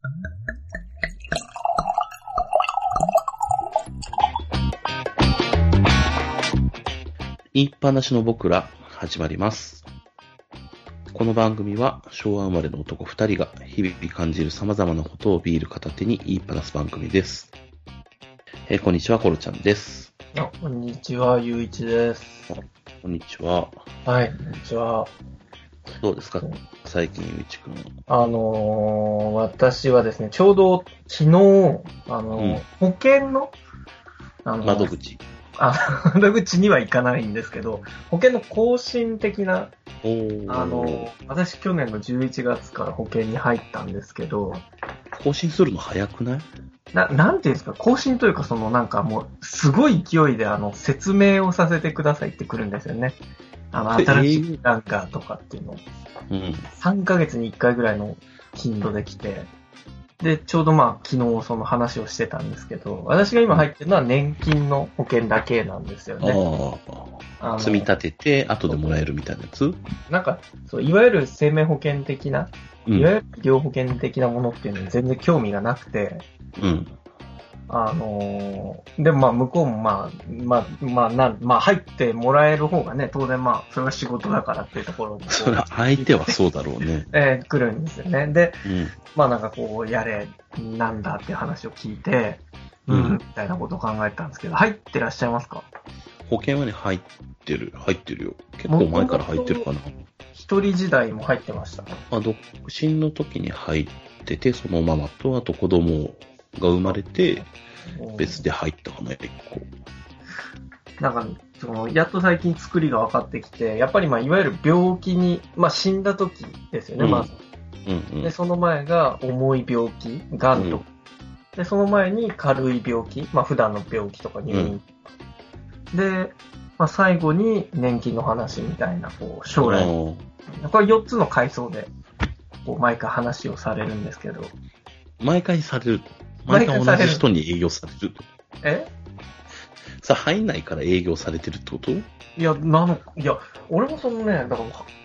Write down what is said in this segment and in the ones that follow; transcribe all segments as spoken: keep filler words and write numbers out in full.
言いっぱなしの僕ら始まります。この番組は昭和生まれの男二人が日々感じる様々なことをビール片手に言いっぱなす番組です。えー、こんにちは、コロちゃんです。 あ、こんにちは、ゆういちです。 こんにちは。 はい、こんにちは。 どうですか、最近、ゆういちくん。 あのー、私はですね、ちょうど昨日、あのーうん、保険の、 あのー、窓口。 あ、窓口には行かないんですけど、保険の更新的な、あの、私去年のじゅういちがつから保険に入ったんですけど、 更新するの早くない？ な、なんていうんですか、更新というかそのなんかもう、すごい勢いであの、説明をさせてくださいって来るんですよね。あの、新しいランカーとかっていうのを。 うん。 さんかげつにいっかいぐらいの頻度で来て、で、ちょうどまあ、昨日その話をしてたんですけど、私が今入ってるのは年金の保険だけなんですよね。 ああ。積み立てて、後でもらえるみたいなやつ？ なんか、そう、いわゆる生命保険的な、 うん、 いわゆる医療保険的なものっていうのに全然興味がなくて、 うん。 あのー、でもまあ向こうもまあ、まあ、まあ、なん、まあ入ってもらえる方がね、当然まあ、それは仕事だからっていうところで。 それは相手はそうだろうね。 えー、来るんですよね。で、 うん、 まあなんかこう、やれ、なんだっていう話を聞いて、うん、うん、みたいなことを考えたんですけど、入ってらっしゃいますか？ 保険はね、入ってる、入ってるよ。結構前から入ってるかな。 一人時代も入ってました。 あ、独身の時に入ってて、そのままと、あと子供が生まれて、別で入ったかな、一個。 なんか、その、やっと最近作りが分かってきて、やっぱりまあ、いわゆる病気に、まあ死んだ時ですよね、うん、まず。 うんうん、 で、その前が重い病気、癌とか、うん。で、その前に軽い病気、まあ普段の病気とか入院。うん、で、まあ最後に年金の話みたいな、こう、将来。これよっつの階層で、こう、毎回話をされるんですけど。 毎回される毎回同じ人に営業される。 えさ、入んないから営業されてるってこと？ いや、なの、いや、俺もそのね、だから、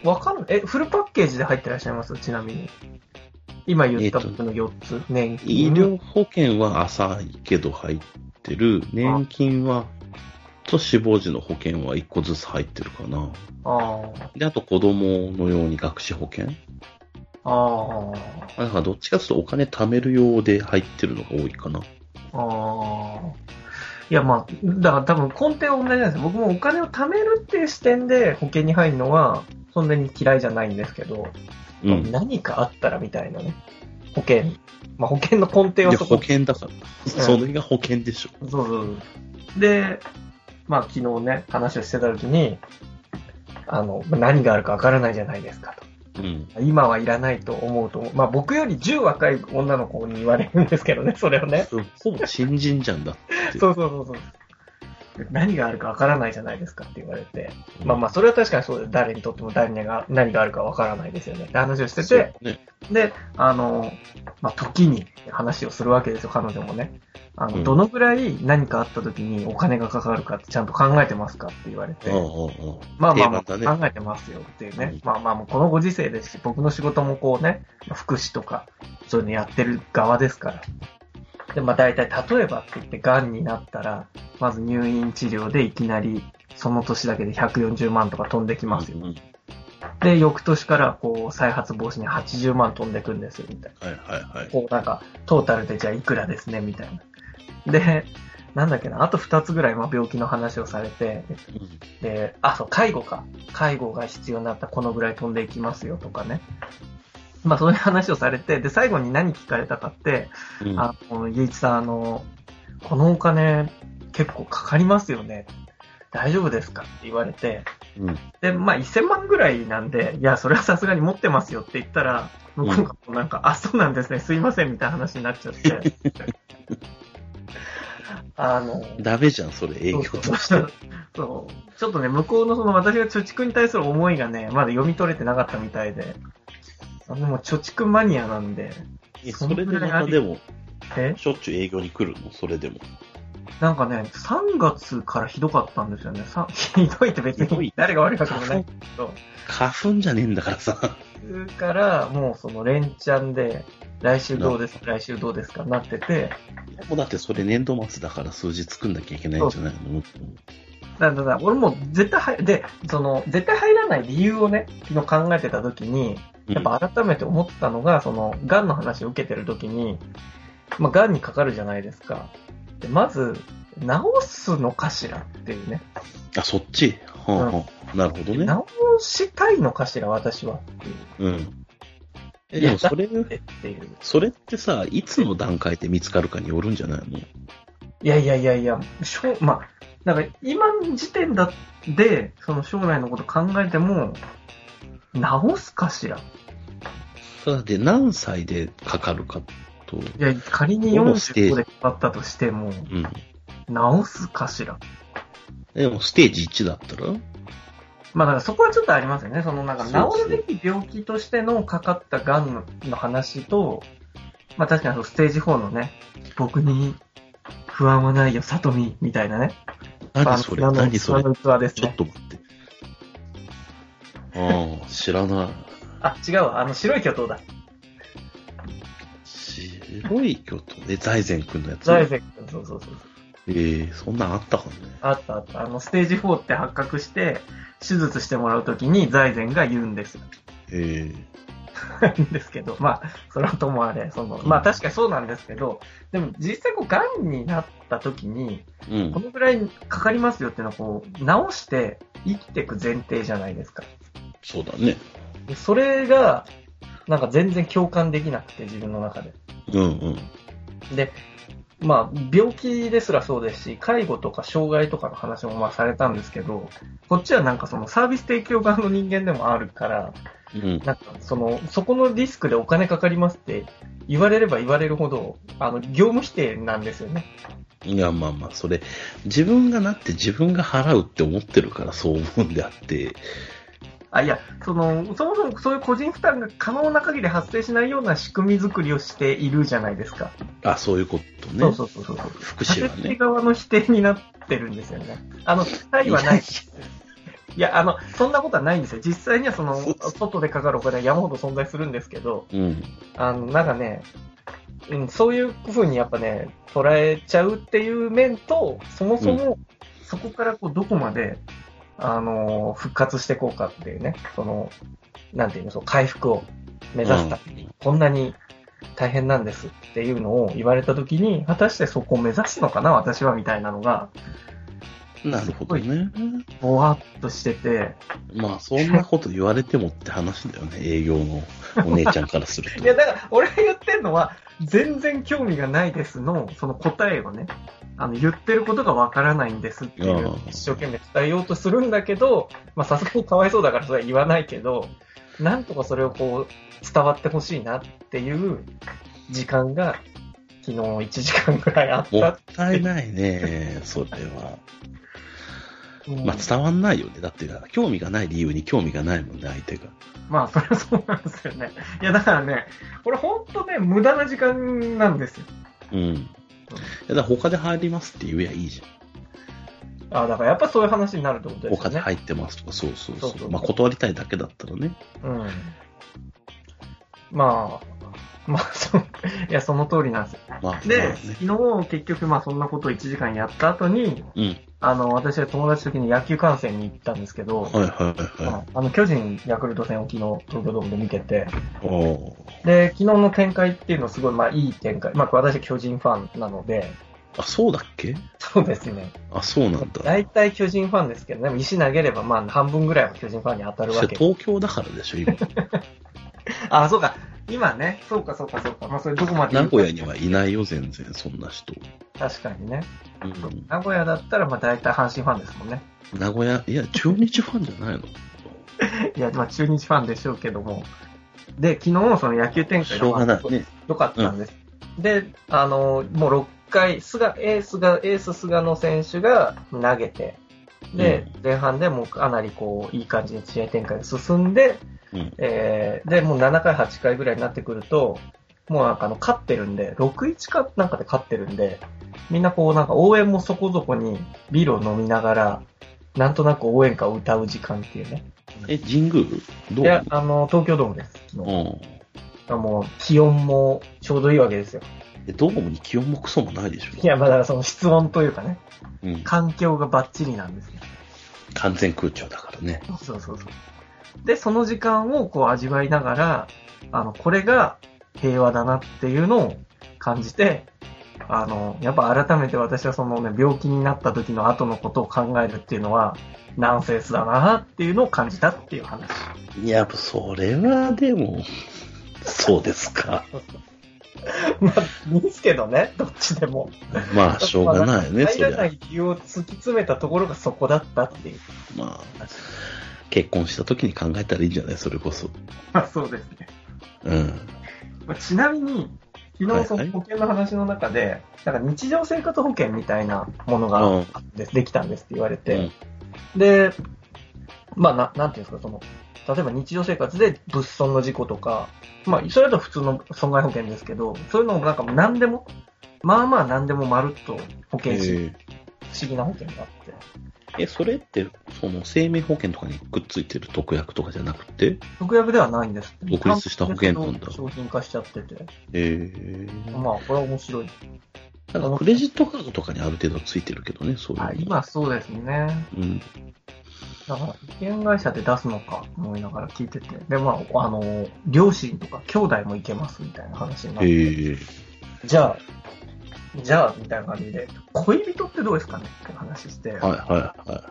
わかんない。え、フルパッケージで入ってらっしゃいます？ちなみに。今言った僕のよっつ、年金。 医療保険は浅いけど入ってる。年金は、と死亡時の保険はいっこずつ入ってるかな。 あで、あと子供のように学資保険。 ああ。だからどっちかというとお金貯めるようで入ってるのが多いかな。 ああ。いや、まあ、だから多分根底は同じなんですよ。僕もお金を貯めるっていう視点で保険に入るのは、そんなに嫌いじゃないんですけど、うん、何かあったらみたいなね。保険。まあ保険の根底はそこ。 保険だから。うん、それが保険でしょ。 そうそう。で、まあ昨日ね、話をしてた時に、あの、何があるかわからないじゃないですかと。 うん、 今はいらないと思うと思う。まあ僕よりじゅう若い女の子に言われるんですけどね、それをね。 ほぼ新人じゃんだって。 そうそうそうそう。何があるかわからないじゃないですかって言われて。うん、まあまあそれは確かにそうで、誰にとっても誰が何があるかわからないですよねって話をしてて。 ね、 で、あの、まあ時に話をするわけですよ、彼女もね。あの、うん、どのぐらい何かあった時にお金がかかるかってちゃんと考えてますかって言われて。 おうおうおうまあまあまあ、ね、考えてますよっていうね。うん、まあまあもうこのご時世ですし、僕の仕事もこうね、福祉とか、そういうのやってる側ですから。で、まあ大体例えばって言って癌になったら、まず入院治療でいきなりその年だけでひゃくよんじゅうまんとか飛んできますよ。うんうん、で、翌年からこう再発防止にはちじゅうまん飛んでくんですよ、みたいな。 はいはいはい。 こうなんか、トータルでじゃあいくらですね、みたいな。で、なんだっけな、あとふたつぐらいまあ病気の話をされて、で、あ、そう、介護か。介護が必要になったらこのぐらい飛んでいきますよとかね。まあそういう話をされて、で、最後に何聞かれたかって、うん、あの、ゆういちさん、あの、このお金結構かかりますよね。大丈夫ですかって言われて、うん、で、まあせんまんぐらいなんで、いや、それはさすがに持ってますよって言ったら、向こうがもうなんか、うん、あ、そうなんですね、すいませんみたいな話になっちゃって。あの、 ダメじゃん、それ、営業として。 そうそう。ちょっとね、向こうのその私が貯蓄に対する思いがね、まだ読み取れてなかったみたいで。あの、もう貯蓄マニアなんで。 それでまたでも、えしょっちゅう営業に来るのそれでも。 なんかね、さんがつからひどかったんですよね。さひどいって別に誰が悪いわけでもないけど。 花粉じゃねえんだからさ。 から、もうその連チャンで、 来週どうですか、来週どうですかなってて。 もうだってそれ年度末だから数字作んなきゃいけないんじゃないの？ だから、俺も絶対入、で、その、絶対入らない理由をね、昨日考えてた時に、やっぱ改めて思ったのが、その、癌の話を受けてる時に、まあ、癌にかかるじゃないですか。で、まず、治すのかしらっていうね。 あ、そっち、はあはあ、なるほどね。 治したいのかしら、私はっていう。 うん。え、でもそれ、っていう。それってさ、いつの段階で見つかるかによるんじゃないの？ いやいやいやいや、しょまあ、だから今の時点だで、その将来のこと考えても、治すかしら。 だって何歳でかかるかと。 いや、仮によんじゅうごでかかったとしても、うん、治すかしら。 でもステージいちだったら？ まあだからそこはちょっとありますよね。そのなんか治るべき病気としてのかかった癌の話と、まあ確かにステージよんのね、僕に不安はないよ、里見みたいなね。 何それ、まあ、何それ、 の器ですね、 ちょっと待って。ああ、知らない。 あ、違うわ。あの、白い巨頭だ。 白い巨頭で、財前くんのやつ。 財前くん、そうそうそう。 ええー、そんなんあったかね。 あったあった。あの、ステージよんって発覚して、手術してもらうときに財前が言うんです。 ええー。ですけど、まあ、それはともあれ、その、まあ確かにそうなんですけど、でも実際こう、癌になったときに、うん、このぐらいかかりますよっていうのはこう、治して生きていく前提じゃないですか。 そうだね。 でそれが、なんか全然共感できなくて、自分の中で。 うんうん。 で、まあ、病気ですらそうですし、介護とか障害とかの話もまあされたんですけど、こっちはなんかそのサービス提供側の人間でもあるから、うん、なんかその、そこのリスクでお金かかりますって言われれば言われるほど、あの、業務否定なんですよね。 いや、まあまあ、それ、自分がなって自分が払うって思ってるからそう思うんであって、 あ、いや、その、そもそもそういう個人負担が可能な限り発生しないような仕組み作りをしているじゃないですか。 あ、そういうことね。 そうそうそうそう。 福祉はね。 側の否定になってるんですよね。あの、他意はない。いや、あの、そんなことはないんですよ。実際にはその、外でかかるお金は山ほど存在するんですけど、うん、あの、なんかね、うん、そういう風にやっぱね、捉えちゃうっていう面と、そもそも、そこからこう、どこまで、あの、復活していこうかっていうね、その、なんていうの、そう、回復を目指すために、うん、こんなに大変なんですっていうのを言われたときに、果たしてそこを目指すのかな、私は、みたいなのが、 なるほどね。 ぼわっとしてて。 まあ、そんなこと言われてもって話だよね、営業のお姉ちゃんからすると。 いや、だから、俺が言ってるのは、全然興味がないですの、その答えをね、あの、言ってることがわからないんですっていう、一生懸命伝えようとするんだけど、まあ、さすがにかわいそうだからそれは言わないけど、なんとかそれをこう、伝わってほしいなっていう時間が、昨日いちじかんぐらいあった。 もったいないね、それは。まあ伝わんないよね。だって、興味がない理由に興味がないもんね、相手が。 まあ、それはそうなんですよね。いや、だからね、これほんとね、無駄な時間なんですよ。 うん。いや、だから他で入りますって言えばいいじゃん。あ、だからやっぱそういう話になるってことですね。 他で入ってますとか、そうそうそう。そうそうまあ、断りたいだけだったらね。 うん。まあ、まあ、そ、いや、その通りなんですよ。まあ、で、まあね、昨日結局まあそんなことをいちじかんやった後に、うん、あの、私は友達的に野球観戦に行ったんですけど、 はいはいはい。 あの、巨人ヤクルト戦を昨日東京ドームで見てて、で、昨日の展開っていうのはすごいまあいい展開。まあ私は巨人ファンなので、 あ、そうだっけ？ そうですね。 あ、そうなんだ。 大体巨人ファンですけどね、石投げればまあ半分ぐらいは巨人ファンに当たるわけ。 東京だからでしょ、今。 あ、そうか。今ね、そうかそうかそうか。まあそれどこまで名古屋にはいないよ、全然、そんな人。 確かにね。うん、名古屋だったらまあ大体阪神ファンですもんね。 名古屋、いや、中日ファンじゃないの？ いや、まあ中日ファンでしょうけども。で、昨日その野球展開が良かったんです。うん、で、あの、もうろっかい、菅、エースが、エース菅野選手が投げて、で、うん、前半でもうかなりこう、いい感じに試合展開が進んで、うん、えー、で、もうななかい、はちかいぐらいになってくると、もうなんかあの、勝ってるんで、ろくたいいちかなんかで勝ってるんで、みんなこうなんか応援もそこそこにビールを飲みながら、なんとなく応援歌を歌う時間っていうね。 え、神宮？ どう？いや、あの、東京ドームです。 うん。 もう気温もちょうどいいわけですよ。 ドームに気温もクソもないでしょ。 いや、まあだからその室温というかね、 うん、 環境がバッチリなんですよ。 完全空調だからね。 そうそうそう。で、その時間をこう味わいながら、あの、これが平和だなっていうのを感じて、あの、やっぱ改めて私はそのね、病気になった時の後のことを考えるっていうのは、ナンセンスだなっていうのを感じたっていう話。 いや、それはでも、そうですか。 まあ、いいですけどね、どっちでも。 まあ、しょうがないね、 それ。入らない理由を突き詰めたところがそこだったっていう。 まあ、結婚した時に考えたらいいんじゃない、それこそ。 まあ、そうですね。 うん。 まあ、ちなみに、昨日その保険の話の中で、はいはい、なんか日常生活保険みたいなものがあってできたんですって言われて、うん、で、まあな、なんていうんですか、その、例えば日常生活で物損の事故とか、まあ、それだと普通の損害保険ですけど、そういうのもなんか何でも、まあまあ何でもまるっと保険し、不思議な保険があって。 え、それって、その生命保険とかにくっついてる特約とかじゃなくて？ 特約ではないんです。 独立した保険なんだ。 商品化しちゃってて。 えー、 まあ、これは面白い。 なんかクレジットカードとかにある程度ついてるけどね、そういうの。 あ、今そうですね。 うん。 だから、保険会社で出すのか思いながら聞いてて。で、まあ、あの、両親とか兄弟もいけますみたいな話になって。 えー、 じゃあ、じゃあ、みたいな感じで、恋人ってどうですかねって話して。 はいはいはい。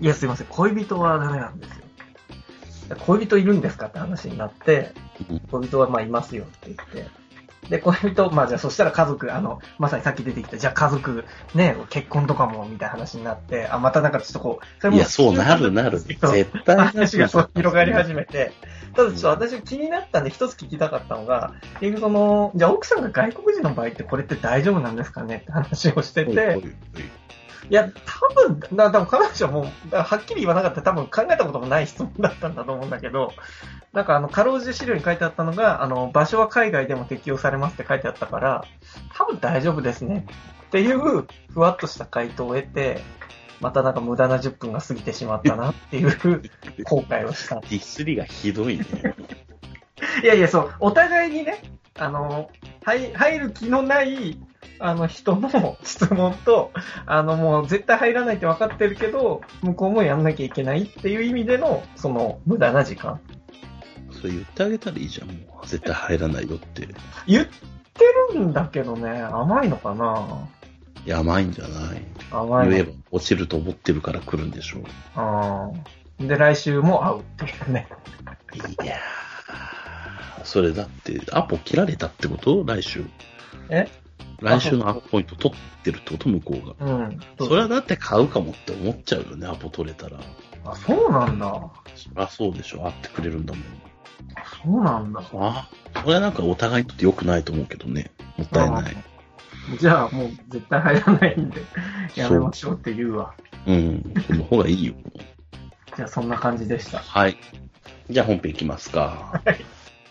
いや、すいません。恋人はダメなんですよ。恋人いるんですかって話になって、恋人はまあいますよって言って。で、恋人、まあじゃあそしたら家族、あの、まさにさっき出てきた、じゃあ家族、ね、結婚とかも、みたいな話になって、あ、またなんかちょっとこう、それもいや、そうなるなる。絶対話がそう広がり始めて、ただちょっと私気になったんで一つ聞きたかったのが、結局その、じゃあ奥さんが外国人の場合ってこれって大丈夫なんですかねって話をしてて、いや、多分、だ多分彼女はもう、はっきり言わなかったら多分考えたこともない質問だったんだと思うんだけど、なんかあの、かろうじて資料に書いてあったのが、あの、場所は海外でも適用されますって書いてあったから、多分大丈夫ですねっていう、ふわっとした回答を得て、またなんか無駄なじゅっぷんが過ぎてしまったなっていう後悔をした。 ディスりがひどいね。 いやいや、そう、お互いにね、あの、入、入る気のない、あの人の質問と、あのもう絶対入らないって分かってるけど、向こうもやんなきゃいけないっていう意味での、その無駄な時間。 それ言ってあげたらいいじゃん、もう。絶対入らないよって。 言ってるんだけどね、甘いのかないや、甘いんじゃない。 甘い。 言えば落ちると思ってるから来るんでしょう。 ああ。で、来週も会うっていうね。 いやー、それだって、アポ切られたってこと来週。 え来週のアポポイント取ってるってこと向こうが。 うん。 それはだって買うかもって思っちゃうよね、アポ取れたら。 あ、そうなんだ。 そりゃそうでしょ、会ってくれるんだもん。 そうなんだ。 あ、それはなんかお互いにとって良くないと思うけどね。もったいない。 じゃあもう絶対入らないんで、やめましょうって言うわ。 ううん、その方がいいよ。 じゃあそんな感じでした。 はい。じゃあ本編いきますか。 はい。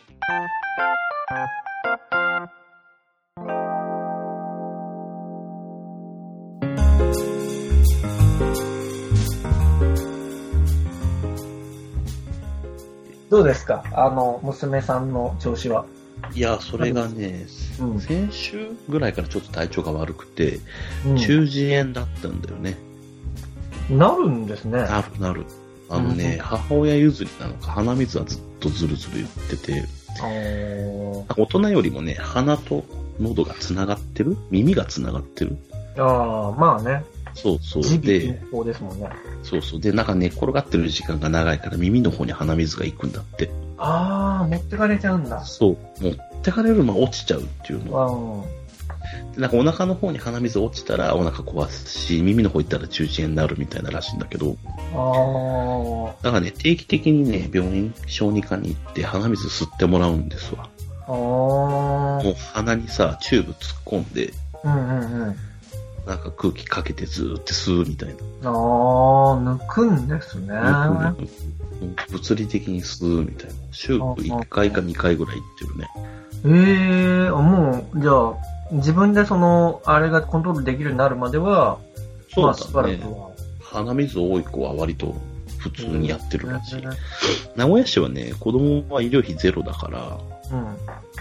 どうですかあの、娘さんの調子は。 いや、それがね、うん、先週ぐらいからちょっと体調が悪くて、うん、中耳炎だったんだよね。 なるんですね。 なる、なる。あのね、うん、母親譲りなのか、鼻水はずっとズルズル言ってて、大人よりもね、鼻と喉がつながってる耳がつながってるああ、まあね。 そうそう。 で、ですもんね。 そうそう。で、なんか寝転がってる時間が長いから耳の方に鼻水が行くんだって。 ああ、持ってかれちゃうんだ。 そう。持ってかれるまま落ちちゃうっていうの。でなんかお腹の方に鼻水落ちたらお腹壊すし、耳の方行ったら中耳炎になるみたいならしいんだけど。 ああ。 だからね、定期的にね、病院、小児科に行って鼻水吸ってもらうんですわ。 ああ。 もう鼻にさ、チューブ突っ込んで、 うんうんうん。 なんか空気かけてずーっと吸うみたいな。 ああ、抜くんですね。 抜く抜く。物理的に吸うみたいな。週いっかいかにかいぐらい行ってるね。 ええー、もう、じゃあ、自分でその、あれがコントロールできるようになるまでは、 そうだね。まあ、しばらくは。鼻水多い子は割と普通にやってるらしい。名古屋市はね、子供は医療費ゼロだから、 うん、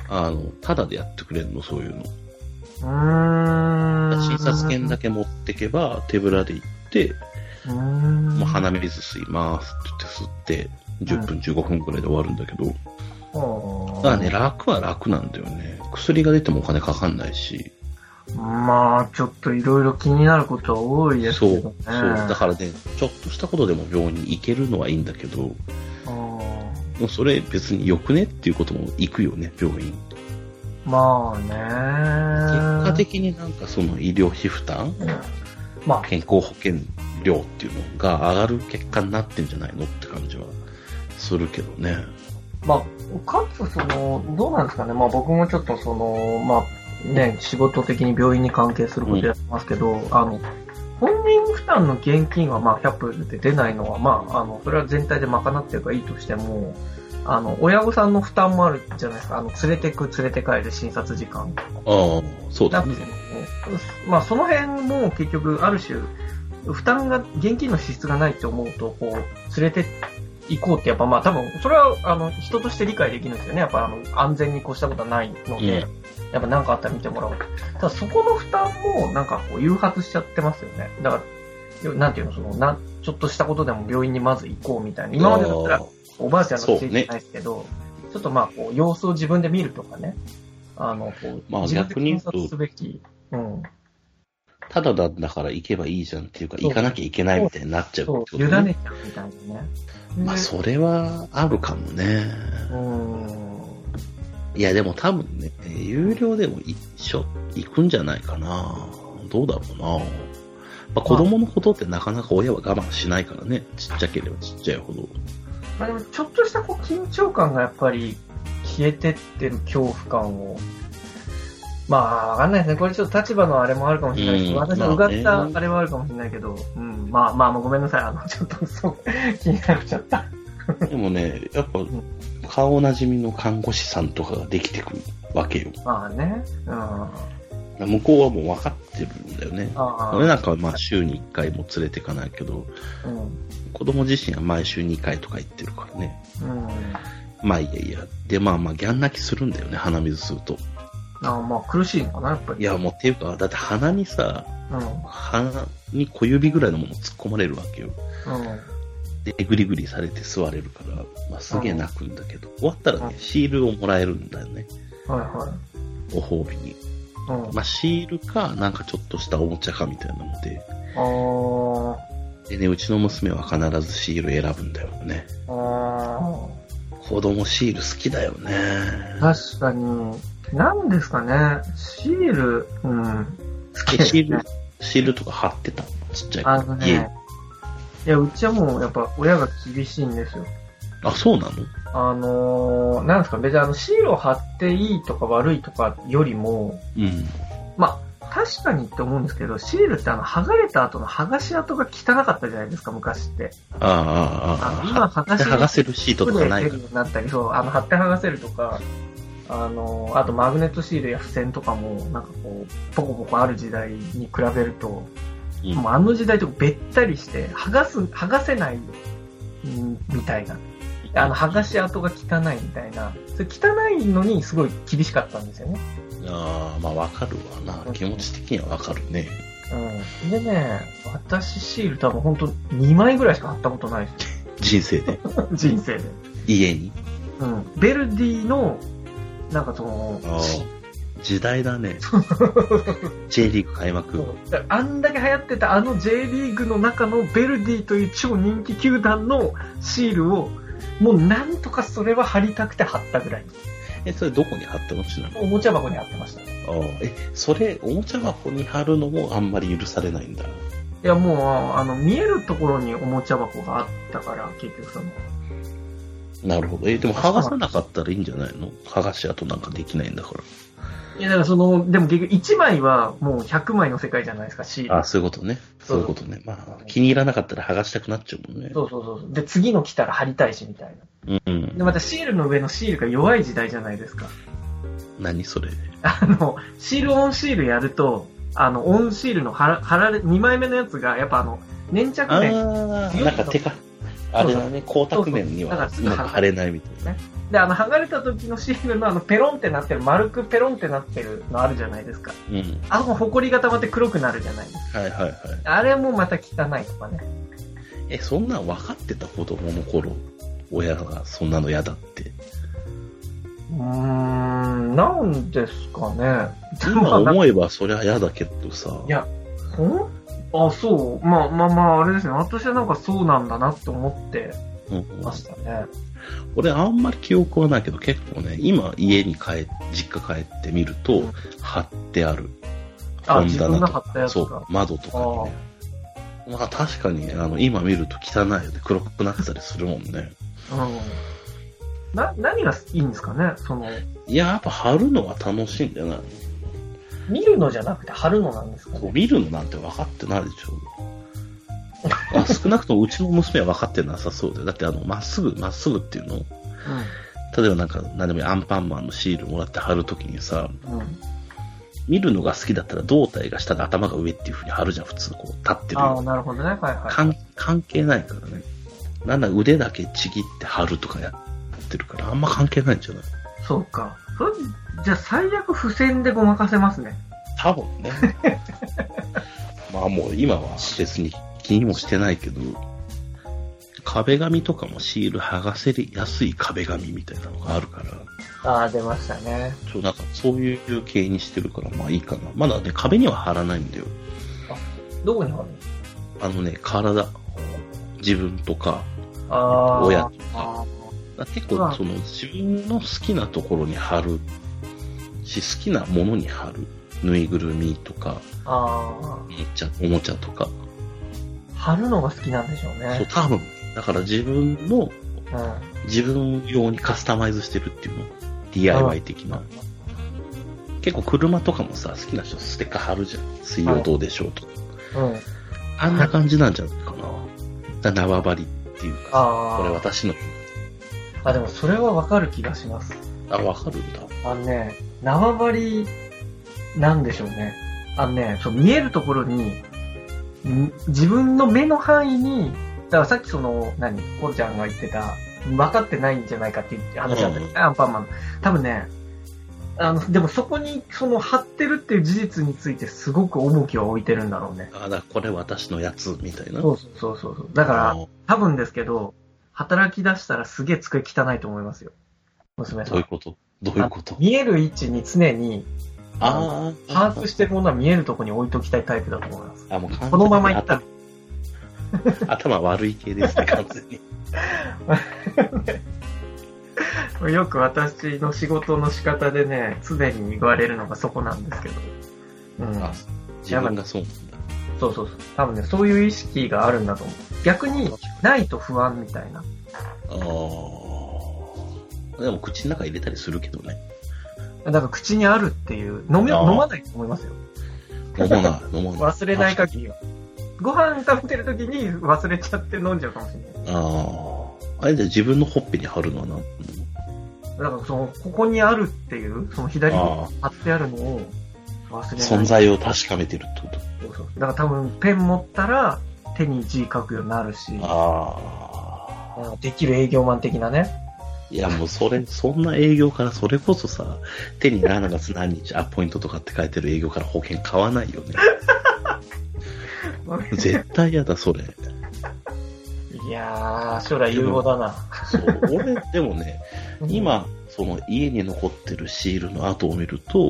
あの、ただでやってくれるの、そういうの。 うーん。 診察券だけ持ってけば、手ぶらで行って、 うーん。 もう鼻水吸いますって言って吸って、じゅっぷん、じゅうごふんくらいで終わるんだけど、 うん、 だからね、楽は楽なんだよね。薬が出てもお金かかんないし。 まあ、ちょっといろいろ気になることは多いですけどね。 そう、そう。だからね、ちょっとしたことでも病院に行けるのはいいんだけど、もうそれ別に良くねっていうことも行くよね、病院。 まあね。 結果的になんかその医療費負担、まあ、健康保険料っていうのが上がる結果になってんじゃないのって感じはするけどね。 まあ、かつその、どうなんですかね。まあ僕もちょっとその、まあね、仕事的に病院に関係することやってますけど、うん、あの、本人負担の現金はまあひゃくプで出ないのは、まあ、あの、それは全体で賄ってるからいいとしても、あの、親御さんの負担もあるじゃないですか。あの、連れてく、連れて帰る診察時間。 ああ、そうだね。 まあその辺も結局、ある種、負担が、現金の支出がないって思うと、こう、連れて行こうってやっぱまあ多分、それは、あの、人として理解できるんですよね。やっぱあの、安全に越したことはないので、うん、やっぱ何かあったら見てもらおう。ただそこの負担も、なんかこう、誘発しちゃってますよね。だから、なんていうの、その、な、ちょっとしたことでも病院にまず行こうみたいな。今までだったら、おばあちゃんのついてないですけど、ね、ちょっとまあ、こう、様子を自分で見るとかね。あの、こう、 まあ、逆に言うと、 すべき。うん。 ただだだから行けばいいじゃんっていうか、行かなきゃいけないみたいになっちゃうってことね。 そう、委ねちゃうみたいなね。 まあ、それはあるかもね。 うん。 いや、でも多分ね、有料でも一緒、行くんじゃないかな。どうだろうな。まあ、子供のことってなかなか親は我慢しないからね。ちっちゃければちっちゃいほど。 まあでも、ちょっとしたこう緊張感がやっぱり消えてってる恐怖感を、まあ、わかんないですね。これちょっと立場のあれもあるかもしれないし、うん、私のうがったあれはあるかもしれないけど、うん、まあまあ、ごめんなさい。あの、ちょっとそう、気になっちゃった。 でもね、やっぱ、顔なじみの看護師さんとかができてくるわけよ。 まあね。 うん、向こうはもう分かってるんだよね。俺なんかはまあ週にいっかいも連れていかないけど、うん、子供自身は毎週にかいとか行ってるからね。うん、まあいやいや。で、まあまあギャン泣きするんだよね、鼻水吸うと。 ああ、まあ苦しいのかな、やっぱり。 いや、もうっていうか、だって鼻にさ、うん、鼻に小指ぐらいのもの突っ込まれるわけよ。うん、で、グリグリされて吸われるから、まあすげえ泣くんだけど、うん、終わったらね、シールをもらえるんだよね。はいはい。ご褒美に。うん、まあシールか、なんかちょっとしたおもちゃかみたいなので。あでね、うちの娘は必ずシール選ぶんだよね。あ子供シール好きだよね。 確かに。なんですかね、シール、うん。 好きですね。シール、シールとか貼ってたちっちゃい頃。あのね、いや、うちはもうやっぱ親が厳しいんですよ。 あ、そうなの？ あのー、なんですか、別にあの、シールを貼っていいとか悪いとかよりも、うん。まあ、確かにって思うんですけど、シールってあの、剥がれた後の剥がし跡が汚かったじゃないですか、昔って。 ああ、ああ、ああ。 今剥がし、 剥がせるシートとかないから。 なったり、そう、あの、貼って剥がせるとか、あの、あとマグネットシールや付箋とかも、なんかこう、ポコポコある時代に比べると、うん、もうあの時代とべったりして、剥がす、剥がせない、みたいな。あの、剥がし跡が汚いみたいな。それ汚いのにすごい厳しかったんですよね。 ああ、まあわかるわな。気持ち的にはわかるね。 うん。でね、私シール多分ほんとにまいぐらいしか貼ったことないですよ。 人生で。 人生で。 家に。 うん。ベルディの、なんかその、 時代だね。J リーグ開幕。 あんだけ流行ってたあの J リーグの中のベルディという超人気球団のシールを、もうなんとかそれは貼りたくて貼ったぐらい。 え、それどこに貼ったのちなみに。 おもちゃ箱に貼ってました。 ああ、え、それ、おもちゃ箱に貼るのもあんまり許されないんだ。 いや、もう、あの、見えるところにおもちゃ箱があったから、結局その。 なるほど。え、でも剥がさなかったらいいんじゃないの？剥がし跡なんかできないんだから。 いや、だからその、でも結局いちまいはもうひゃくまいの世界じゃないですか、シール。 あ、そういうことね。そういうことね。まあ、気に入らなかったら剥がしたくなっちゃうもんね。 そうそうそう。で、次の来たら貼りたいし、みたいな。うん。で、またシールの上のシールが弱い時代じゃないですか。 何それ？ あの、シールオンシールやると、あの、オンシールの貼ら、貼られ、にまいめのやつが、やっぱあの、粘着面。 あー、なんか手か、あれだね、光沢面にはうまく貼れないみたいな。ね。 で、あの、剥がれた時のシールのあの、ペロンってなってる、丸くペロンってなってるのあるじゃないですか。 うん。 あそこ、埃が溜まって黒くなるじゃないですか。 はいはいはい。 あれもまた汚いとかね。 え、そんなん分かってた子供の頃、親がそんなの嫌だって。 うーん、なんですかね。 今思えばそりゃ嫌だけどさ。 いや、ほんあ、そう。まあまあまあ、あれですね。私はなんかそうなんだなって思ってましたね。うんうん、 俺あんまり記憶はないけど結構ね、今家に帰って、実家帰ってみると、うん、貼ってある。 本棚とか、 そう、窓とかにね。まあ確かに、あの、今見ると汚いよね。黒くなってたりするもんね。 うん。な、何がいいんですかねその。 いや、やっぱ貼るのは楽しいんじゃないの？ 見るのじゃなくて貼るのなんですかね？ 見るのなんて分かってないでしょ。あ、少なくともうちの娘は分かってなさそうで。だってあの、まっすぐ、まっすぐっていうの、うん、例えばなんか、何でもいいアンパンマンのシールもらって貼るときにさ、うん、見るのが好きだったら胴体が下で頭が上っていう風に貼るじゃん、普通こう立ってる。 ああ、なるほどね。はいはい。 関関係ないからね。なんだ腕だけちぎって貼るとかやってるから、あんま関係ないんじゃない？ そうか。それじゃあ最悪付箋でごまかせますね。 多分ね。まあもう今は別に気にもしてないけど、壁紙とかもシール剥がせやすい壁紙みたいなのがあるから。 ああ、出ましたね。 そう、なんかそういう系にしてるからまあいいかな。まだね、壁には貼らないんだよ。 あ、どこに貼るの？ あのね、体。自分とか、 あ親とか。結構その自分の好きなところに貼るし、好きなものに貼る。ぬいぐるみとか、 あおもちゃ、おもちゃとか。 貼るのが好きなんでしょうね。 そう、多分。だから自分の、 うん、 自分用にカスタマイズしてるっていうの。ディーアイワイ 的な。結構車とかもさ、好きな人ステッカー貼るじゃん。水曜どうでしょうとか。 うん。 あんな感じなんじゃないかな。だ縄張りっていうか、 あこれ私の。 あ、でもそれはわかる気がします。 あ、わかるんだ。 あのね、縄張り、なんでしょうね。あのね、そう見えるところに、自分の目の範囲に、だからさっきその、何、コウちゃんが言ってた、分かってないんじゃないかっていう話だったけど、うん、アンパンマン。多分ね、あの、でもそこに、その、貼ってるっていう事実についてすごく重きを置いてるんだろうね。 ああ、だからこれ私のやつ、みたいな。 そうそうそうそう。だから、多分ですけど、働き出したらすげえ机汚いと思いますよ。娘さん。 どういうことどういうこと見える位置に常に、 ああ。 把握してるものは見えるところに置いときたいタイプだと思います。 あ、もう完全にこのままいったら。 頭悪い系ですね、完全に。よく私の仕事の仕方でね、常に言われるのがそこなんですけど。 うん。あ、自分がそうなんだ。 そうそうそう。多分ね、そういう意識があるんだと思う。逆に、ないと不安みたいな。ああ。でも口の中入れたりするけどね。 だから口にあるっていう、飲め、飲まないと思いますよ。 飲まない、飲まない。 忘れない限りは。ご飯食べてる時に忘れちゃって飲んじゃうかもしれない。 ああ。あれじゃ自分のほっぺに貼るのは何？ だからその、ここにあるっていう、その左に貼ってあるのを忘れない。 存在を確かめてるってこと？ そうそう。だから多分ペン持ったら手に字書くようになるし。 ああ。できる営業マン的なね。 いやもうそれ、そんな営業からそれこそさ、手に何月何日アポイントとかって書いてる営業から保険買わないよね。絶対嫌だ、それ。 いやー、将来有望だな。 そう、俺、でもね、今、その家に残ってるシールの跡を見ると、うん、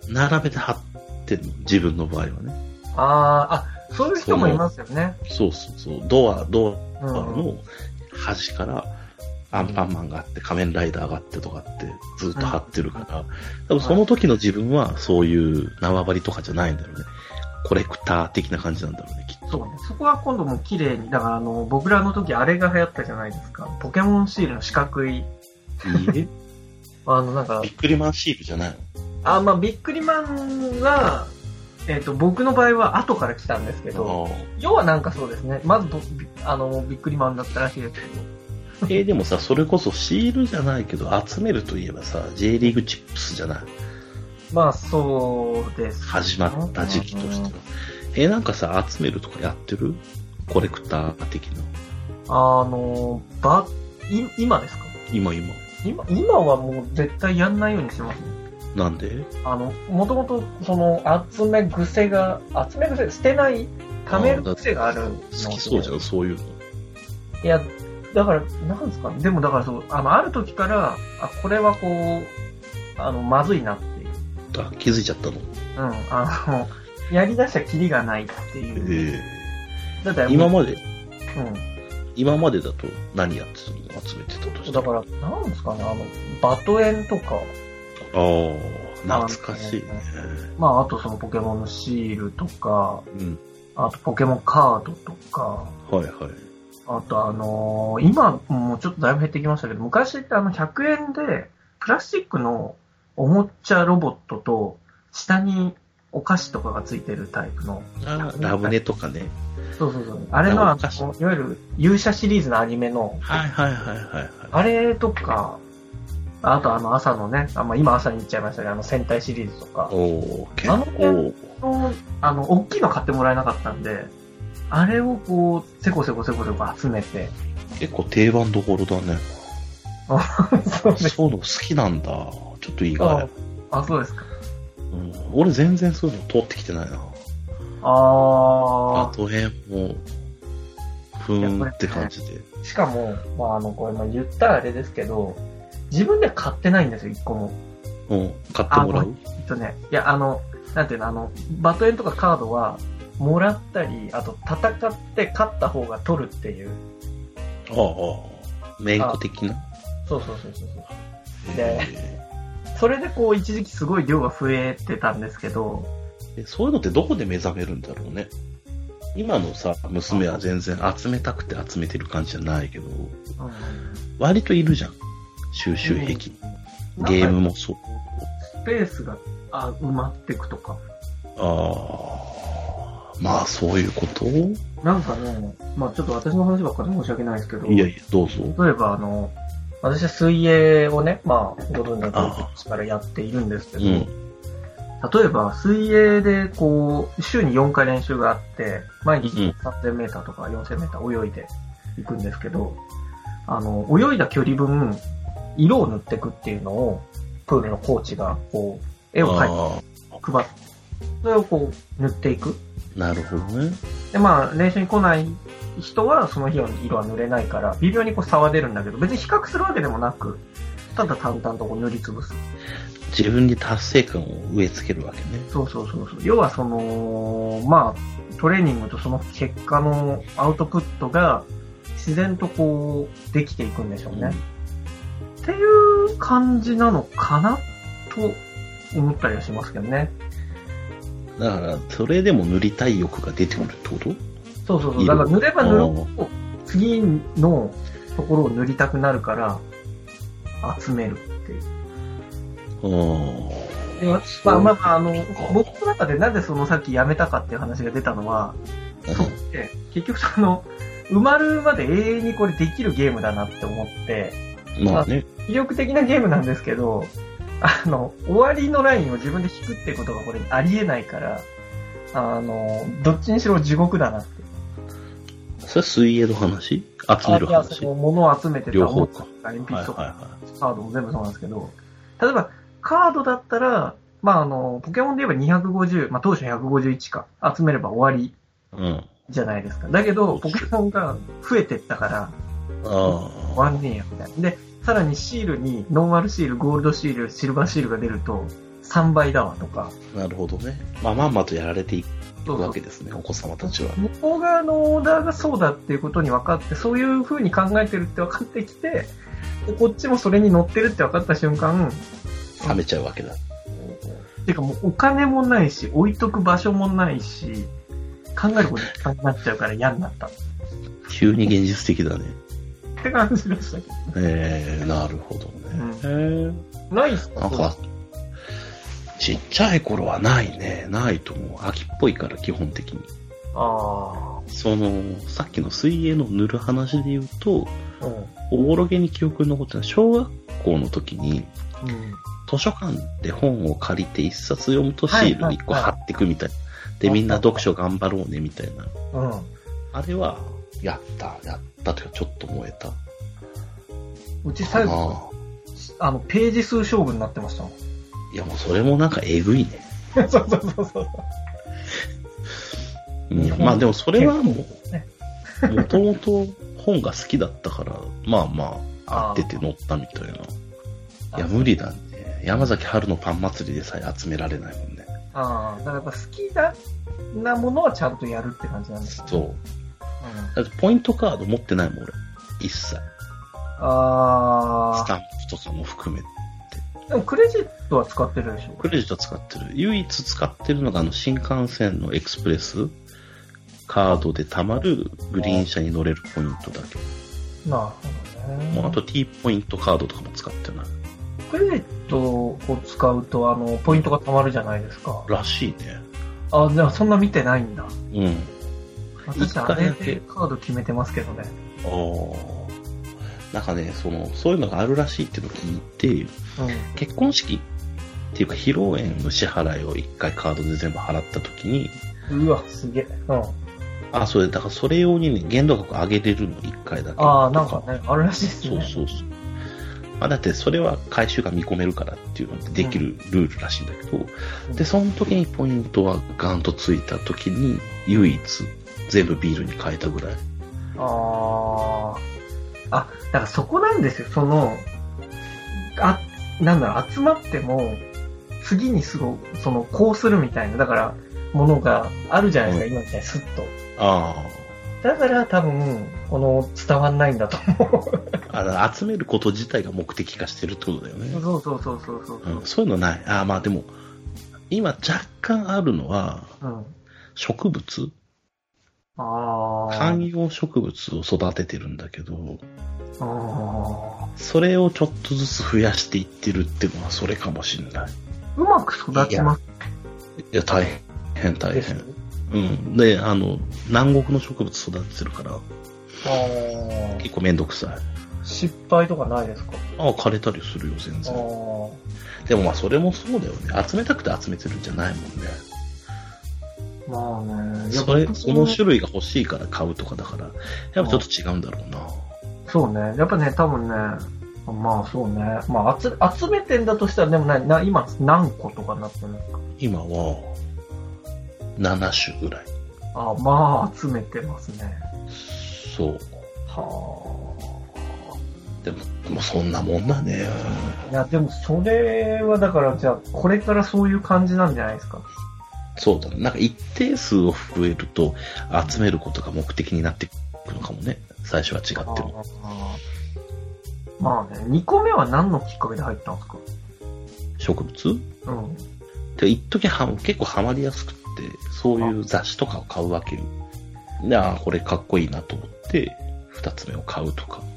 並べて貼ってるの、自分の場合はね。 あー、あ、そういう人もいますよね。 そうそうそう、ドア、ドアの端から、アンパンマンがあって、仮面ライダーがあってとかってずっと貼ってるから、多分その時の自分はそういう縄張りとかじゃないんだろうね。コレクター的な感じなんだろうね、きっと。 そうね。そこは今度も綺麗に、だからあの、僕らの時あれが流行ったじゃないですか。ポケモンシールの四角い。いいえあの、なんか。 ビックリマンシールじゃないの？ あ、まあ、ビックリマンは、えっと、僕の場合は後から来たんですけど、要はなんかそうですね。まず、あの、ビックリマンだったらしいですけど。 えー、でもさ、それこそシールじゃないけど、集めるといえばさ、J リーグチップスじゃない？ まあ、そうです、ね。 始まった時期としては。えー、なんかさ、集めるとかやってる？コレクター的な。 あの、ば、い、今ですか？ 今今。 今、今はもう絶対やんないようにしてますね。 なんで？ あの、もともと、その、集め癖が、集め癖、捨てない、貯める癖があるので。 好きそうじゃん、そういうの。 いや、だから、なんですかね。でもだからそう、あの、ある時から、あ、これはこう、あの、まずいなっていう。 あ、気づいちゃったの？ うん、あの、やり出したらキリがないっていう。 ええー、だって今まで、 うん。 今までだと何やってたの？集めてたとしたら。 だから、なんですかね、あの、バトエンとか。 ああ、懐かしいね。 まあ、あとそのポケモンのシールとか、 うん。 あとポケモンカードとか、 はいはい。 あとあのー、今もうちょっとだいぶ減ってきましたけど、昔ってあのひゃくえんでプラスチックのおもちゃロボットと下にお菓子とかがついてるタイプの。 ああ、ラブネとかね。 そうそうそう。あれのあの、いわゆる勇者シリーズのアニメの、 はいはいはいはい、はい。 あれとか、あとあの朝のね、あまあ、今朝に行っちゃいましたけど、あの戦隊シリーズとか。 おー、結あの構。 の、あの、大きいの買ってもらえなかったんで、あれをこう、せこせこせこせこ集めて。 結構定番どころだね。 そうです。 そういうの好きなんだ。ちょっと意外。 あ、そうですか。 うん、俺全然そういうの通ってきてないな。 ああと辺も、ふーんって感じで。 ね、しかも、まああの、これまあ言ったらあれですけど、自分で買ってないんですよ、一個も。 うん、買ってもらう？ えっとね、いや、あの、なんていうの、あの、バトエンとかカードは、もらったり、あと戦って勝った方が取るっていう。 ああ、メインコ的な？ そうそうそうそうそう。で、それでこう一時期すごい量が増えてたんですけど、 そういうのってどこで目覚めるんだろうね。今のさ、娘は全然集めたくて集めてる感じじゃないけど、うん、割といるじゃん。収集癖。うん、ゲームもそう。 スペースがあ埋まっていくとか。 ああ、まあそういうこと？ なんかね、まあちょっと私の話ばっかり申し訳ないですけど。 いやいや、どうぞ。 例えばあの、私は水泳をね、まあご存知の通りからやっているんですけど、うん、例えば水泳でこう、週によんかい練習があって、毎日さんぜんメーターとかよんせんメーター泳いでいくんですけど、あの、泳いだ距離分、色を塗っていくっていうのを、プールのコーチがこう、絵を描いて配って、それをこう塗っていく。 なるほどね。 で、まあ練習に来ない人はその日の色は塗れないから、微妙にこう差は出るんだけど、別に比較するわけでもなく、ただ淡々とこう塗りつぶす。 自分に達成感を植え付けるわけね。 そうそうそうそう。要はその、まあ、トレーニングとその結果のアウトプットが自然とこう、できていくんでしょうね。うん、っていう感じなのかなと思ったりはしますけどね。 だから、それでも塗りたい欲が出てくるってこと？ そうそうそう。だから塗れば塗るほど、次のところを塗りたくなるから、集めるっていう。でまあまあ、あの、僕の中でなんでそのさっきやめたかっていう話が出たのは、そうって結局その、埋まるまで永遠にこれできるゲームだなって思って、 まあね。 魅力的なゲームなんですけど、あの、終わりのラインを自分で引くってことがこれありえないから、あの、どっちにしろ地獄だなって。 それ水泳の話？集める話？いや、その物を集めてた両方か。 鉛筆とか、カードも全部そうなんですけど、例えば、カードだったら、まあ、あの、ポケモンで言えばにひゃくごじゅう、まあ、当初ひゃくごじゅういちか、集めれば終わり、じゃないですか。うん、だけど、ポケモンが増えてったから、終わんねえや、みたいな。で、さらにシールに、ノーマルシール、ゴールドシール、シルバーシールが出ると、さんばいだわとか。 なるほどね。まあ、まんまとやられていくわけですね、お子様たちは。 向こう側のオーダーがそうだっていうことに分かって、そういう風に考えてるって分かってきて、こっちもそれに乗ってるって分かった瞬間、 冷めちゃうわけだ。 てかもうお金もないし、置いとく場所もないし、考えること時間になっちゃうから嫌になった。 急に現実的だね。 って感じでしたけど、ね。 えー、なるほどね。 うん、へー。ないっすか？ なんか、ちっちゃい頃はないね。ないと思う。秋っぽいから基本的に。 ああ。 その、さっきの水泳の塗る話で言うと、 うん、 おぼろげに記憶に残ってた小学校の時に、 うん、 図書館で本を借りて一冊読むとシールいっこ貼っていくみたいな。で、みんな読書頑張ろうねみたいな。 うん、 あれは、やった、やったというかちょっと燃えた。 うち最後、 あの、ページ数勝負になってましたもん。 いやもうそれもなんかえぐいね。 そうそうそうそう。 うん、まあでもそれはもう、もともと本が好きだったから、まあまあ、合ってて乗ったみたいな。いや、無理だね。山崎春のパン祭りでさえ集められないもんね。 ああ、だからやっぱ好きだなものはちゃんとやるって感じなんですよね。 そう。うん、だってポイントカード持ってないもん、俺。一切。 ああ。 スタンプとかも含めて。 でもクレジットは使ってるでしょ？ クレジットは使ってる。唯一使ってるのがあの新幹線のエクスプレスカードで貯まるグリーン車に乗れるポイントだけ。 なるほどね。 もうあと T ポイントカードとかも使ってない。 クレジットを使うとあのポイントが貯まるじゃないですか。 らしいね。 あ、じゃあそんな見てないんだ。 うん。 私あれでカード決めてますけどね。 ああ。なんかね、その、そういうのがあるらしいっていうのを聞いて、うん、結婚式っていうか披露宴の支払いを一回カードで全部払った時に、 うわ、すげえ。うん。 あ、それ、だからそれ用にね、限度額上げれるの一回だけ。 ああ、なんかね、あるらしいですね。 そうそうそう。まあだってそれは回収が見込めるからっていうのでできるルールらしいんだけど、うん、で、その時にポイントはガンとついた時に唯一全部ビールに変えたぐらい。 ああ。あ、だからそこなんですよ。その、あ、なんだろう、集まっても、次にすごその、こうするみたいな、だから、ものがあるじゃないですか、うん、今みたいにスッと。 ああ。 だから多分、この、伝わんないんだと思う。 あ、集めること自体が目的化してるってことだよね。 そうそうそうそうそう、 うん。そういうのない。ああ、まあでも、今若干あるのは、うん、植物ああ。 観葉植物を育ててるんだけど、 あそれをちょっとずつ増やしていってるっていうのはそれかもしれない。 うまく育ちます？ いや、大変、大変。うん。で、あの、南国の植物育ててるから、 あ結構めんどくさい。 失敗とかないですか？ ああ、枯れたりするよ、全然。でもまあ、それもそうだよね。集めたくて集めてるんじゃないもんね。 まあね。 それ、その種類が欲しいから買うとかだから、やっぱちょっと違うんだろうな。 そうね。やっぱね、多分ね、まあそうね。まあ集、集めてんだとしたら、でもな、な今何個とかなってるんですか？ 今は、なな種ぐらい。 あ、まあ、集めてますね。 そう。 はあ。でも、もうそんなもんだね。 いや、でもそれはだから、じゃあ、これからそういう感じなんじゃないですか？ そうだね。なんか一定数を増えると、集めることが目的になっていくのかもね。最初は違っても。 あまあね、にこめは何のきっかけで入ったんですか？ 植物？ うん。 で、一時は結構ハマりやすくて、そういう雑誌とかを買うわけよ。で、ああ、これかっこいいなと思って、二つ目を買うとか。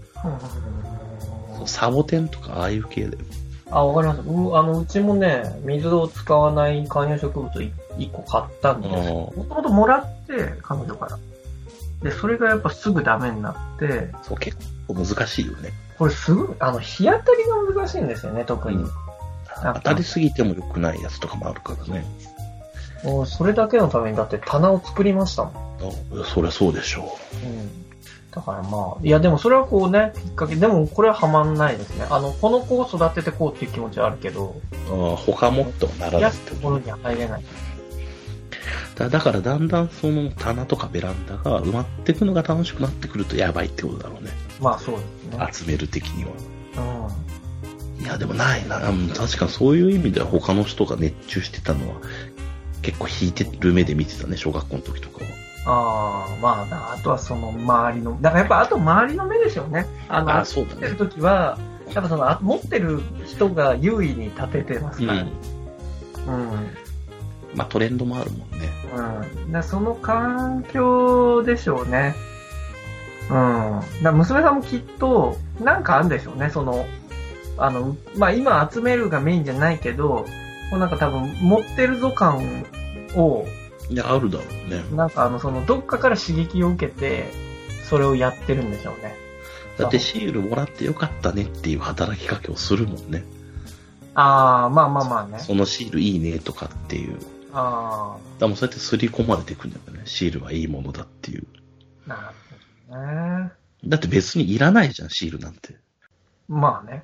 そうサボテンとかああいう系だよ。 あ、わかります。う、あの、うちもね、水を使わない観葉植物を一個買ったんですよ。もともともらって、彼女から。で、それがやっぱすぐダメになって。 そう、結構難しいよね。 これすぐ、あの、日当たりが難しいんですよね、特に。うん、 当たりすぎても良くないやつとかもあるからね。 もうそれだけのためにだって棚を作りましたもん。 あ、そりゃそうでしょう。うん。だからまあ、いやでもそれはこうね、きっかけ、でもこれはハマんないですね。あの、この子を育ててこうっていう気持ちはあるけど。 ああ、他もっとならないってところには入れない。 だ, だからだんだんその棚とかベランダが埋まっていくのが楽しくなってくるとやばいってことだろうね。 まあそうですね。 集める的には。 うん。 いやでもないな。確かにそういう意味では他の人が熱中してたのは結構引いてる目で見てたね、小学校の時とかは。 ああ、まあ、あとはその周りの、だからやっぱあと周りの目でしょうね。あの、 あそうだね。 持ってる時は、やっぱその、持ってる人が優位に立ててますから。うん。うん、 まあトレンドもあるもんね。 うん。だその環境でしょうね。うん。だ娘さんもきっと、なんかあるんでしょうね。その、あの、まあ今集めるがメインじゃないけど、こうなんか多分持ってるぞ感を、 いや、あるだろうね。 なんかあの、その、どっかから刺激を受けて、それをやってるんでしょうね。 だってシールもらってよかったねっていう働きかけをするもんね。 ああ、まあまあまあね。 そのシールいいねとかっていう。 ああ。 だもそうやって刷り込まれていくんだよね。シールはいいものだっていう。 なるほどね。 だって別にいらないじゃん、シールなんて。 まあね。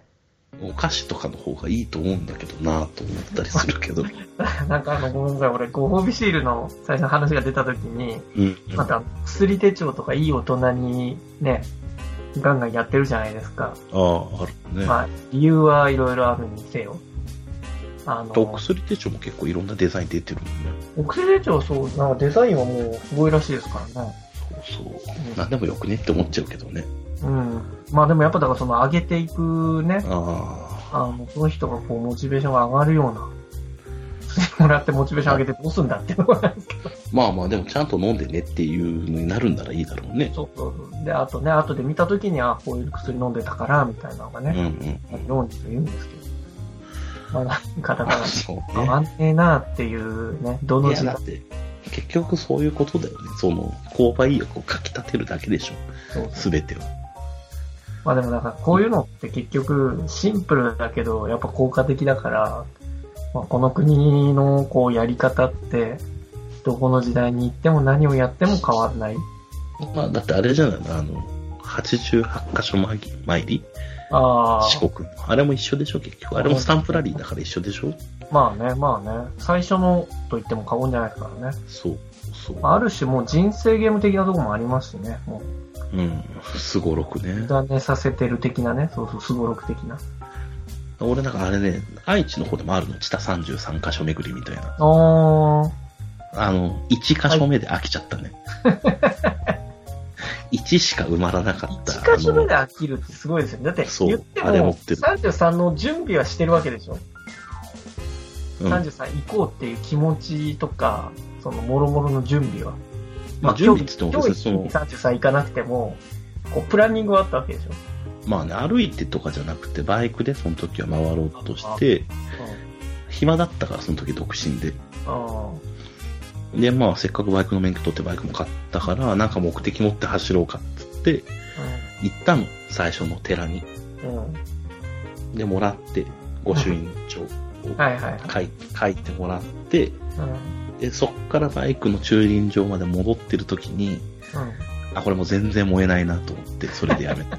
お菓子とかの方がいいと思うんだけどなぁと思ったりするけど。 なんかあの、ごめんなさい、俺、ご褒美シールの最初の話が出た時に、 うんうん、 また薬手帳とかいい大人にね、ガンガンやってるじゃないですか。 ああ、あるね。 まあ、理由はいろいろあるにせよ。あの、 お薬手帳も結構いろんなデザイン出てるもんね。 お薬手帳そう、なんかデザインはもうすごいらしいですからね。 そうそう。 うん、 なんでもよくねって思っちゃうけどね。 うん。まあでもやっぱだからその上げていくね、 ああの、その人がこうモチベーションが上がるような、もらってモチベーション上げてどうすんだっていうのがあるんですけど。 まあまあでもちゃんと飲んでねっていうのになるんならいいだろうね。 そうそうそう。で、あとね、後で見たときにはこういう薬飲んでたから、みたいなのがね、 うんうんうん、 ように言うんですけど。まあなんかだから、 そうね、 変わんねえなっていうね、どの時代。 結局そういうことだよね。その、購買意欲をかき立てるだけでしょ。すべては。 まあでもなんかこういうのって結局シンプルだけどやっぱ効果的だから、まあ、この国のこうやり方ってどこの時代に行っても何をやっても変わらない。 まあだってあれじゃないの、あの、はちじゅうはちカ所参り、参りああ。 四国。あれも一緒でしょ結局。あれもスタンプラリーだから一緒でしょ。 まあね、まあね。最初のと言っても過言じゃないですからね。 そう。そう。 ある種もう人生ゲーム的なところもありますしね。もううん。すごろくね。 だねさせてる的なね。そうそう、すごろく的な。 俺なんかあれね、愛知の方でもあるの。北さんじゅうさんカ所巡りみたいな。 あー。 あの、いちカ所目で飽きちゃったね。はい、いちしか埋まらなかった。 いちカ所目で飽きるってすごいですよね。だって言ってもさんじゅうさんの準備はしてるわけでしょ。うん、さんじゅうさん行こうっていう気持ちとか、その諸々の準備は。 まあ、準備って言っても別にそのさんじゅうさん行かなくても、こうプランニングはあったわけでしょ。 まあね、歩いてとかじゃなくて、バイクでその時は回ろうとして、うん、暇だったからその時独身で。あで、まあせっかくバイクの免許取ってバイクも買ったから、なんか目的持って走ろうかっつって、うん、行ったの、最初の寺に。うん、で、もらって、御朱印帳を書い書いてもらって、うん、で、そっからバイクの駐輪場まで戻ってる時に、うん、あ、これもう全然燃えないなと思って、それでやめた。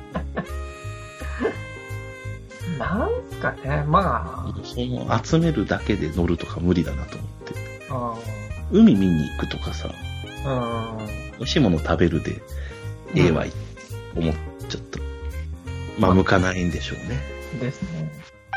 なんすかね、まあ。 その集めるだけで乗るとか無理だなと思って。 あ海見に行くとかさ、 うん、 美味しいもの食べるで、ええわい、うん、思っちゃった。まあ、向かないんでしょうね。 ですね。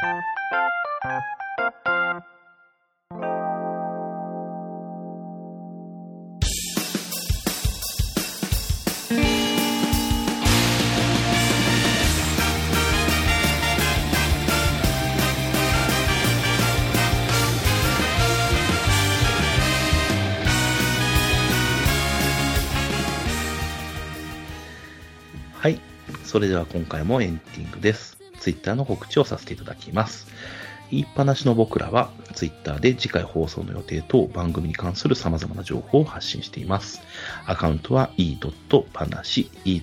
はい。それでは今回もエンディングです。ツイッターの告知をさせていただきます。言いっぱなしの僕らはツイッターで次回放送の予定と番組に関する様々な情報を発信しています。アカウントは e. パナシ e.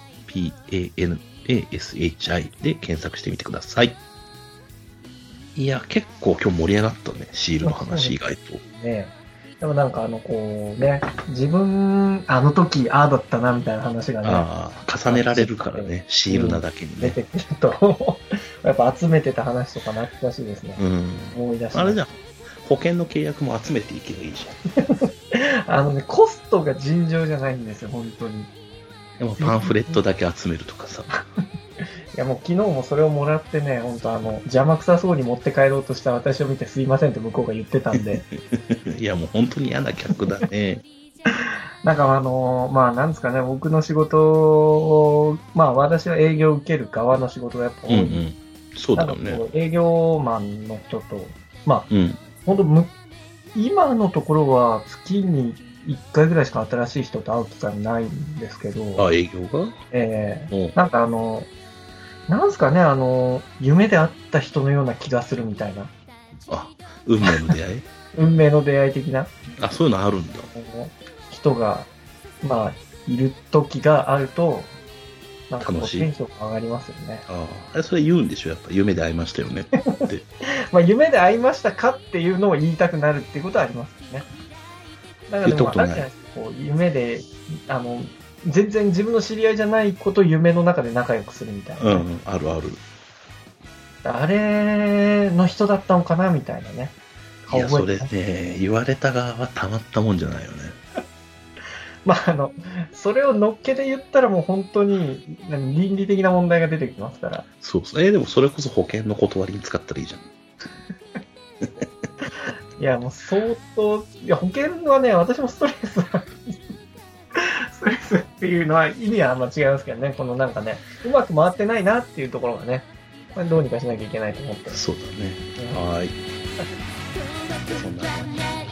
panashi で検索してみてください。いや、結構今日盛り上がったね。シールの話意外と。 ねでもなんかあのこうね、自分、あの時ああだったなみたいな話がね。 ああ、重ねられるからね、シールなだけにね。 出てくると、やっぱ集めてた話とか懐かしいですね。 うん。 思い出しあれじゃん、保険の契約も集めていけばいいじゃん。あのね、コストが尋常じゃないんですよ、本当に。 でもパンフレットだけ集めるとかさ。 いやもう昨日もそれをもらってね、本当あの、邪魔くさそうに持って帰ろうとした私を見てすいませんって向こうが言ってたんで。 いやもう本当に嫌な客だね。 なんかあの、まあなんですかね、僕の仕事を、まあ私は営業を受ける側の仕事がやっぱ多い。うんうん、 そうだよね。 営業マンの人と、まあ、 うん、 本当む、今のところは月にいっかいぐらいしか新しい人と会う機会ないんですけど。 あ、営業がええー、なんかあの、なんすかね、あの、夢で会った人のような気がするみたいな。 あ、運命の出会い運命の出会い的な。 あ、そういうのあるんだ。 人が、まあ、いる時があると、なんか楽しい。 テンションが上がりますよね。 ああ、それ言うんでしょ、やっぱ夢で会いましたよねって。 まあ、夢で会いましたかっていうのを言いたくなるっていうことはありますよね。だからでも、あるじゃないですか、こう、夢で、あの、全然自分の知り合いじゃない子と夢の中で仲良くするみたいな。 うん、あるある。 あれの人だったのかなみたいなね。 いや、それね、言われた側はたまったもんじゃないよね。 まあ、あの、それを乗っけで言ったらもう本当に倫理的な問題が出てきますから。 そうそう。えー、でもそれこそ保険の断りに使ったらいいじゃん。 いや、もう相当、いや、保険はね、私もストレス、ストレスっていうのは意味はあんま違いますけどね、このなんかね、うまく回ってないなっていうところがね、どうにかしなきゃいけないと思って。 そうだね。うん、はーい。そんな感じ。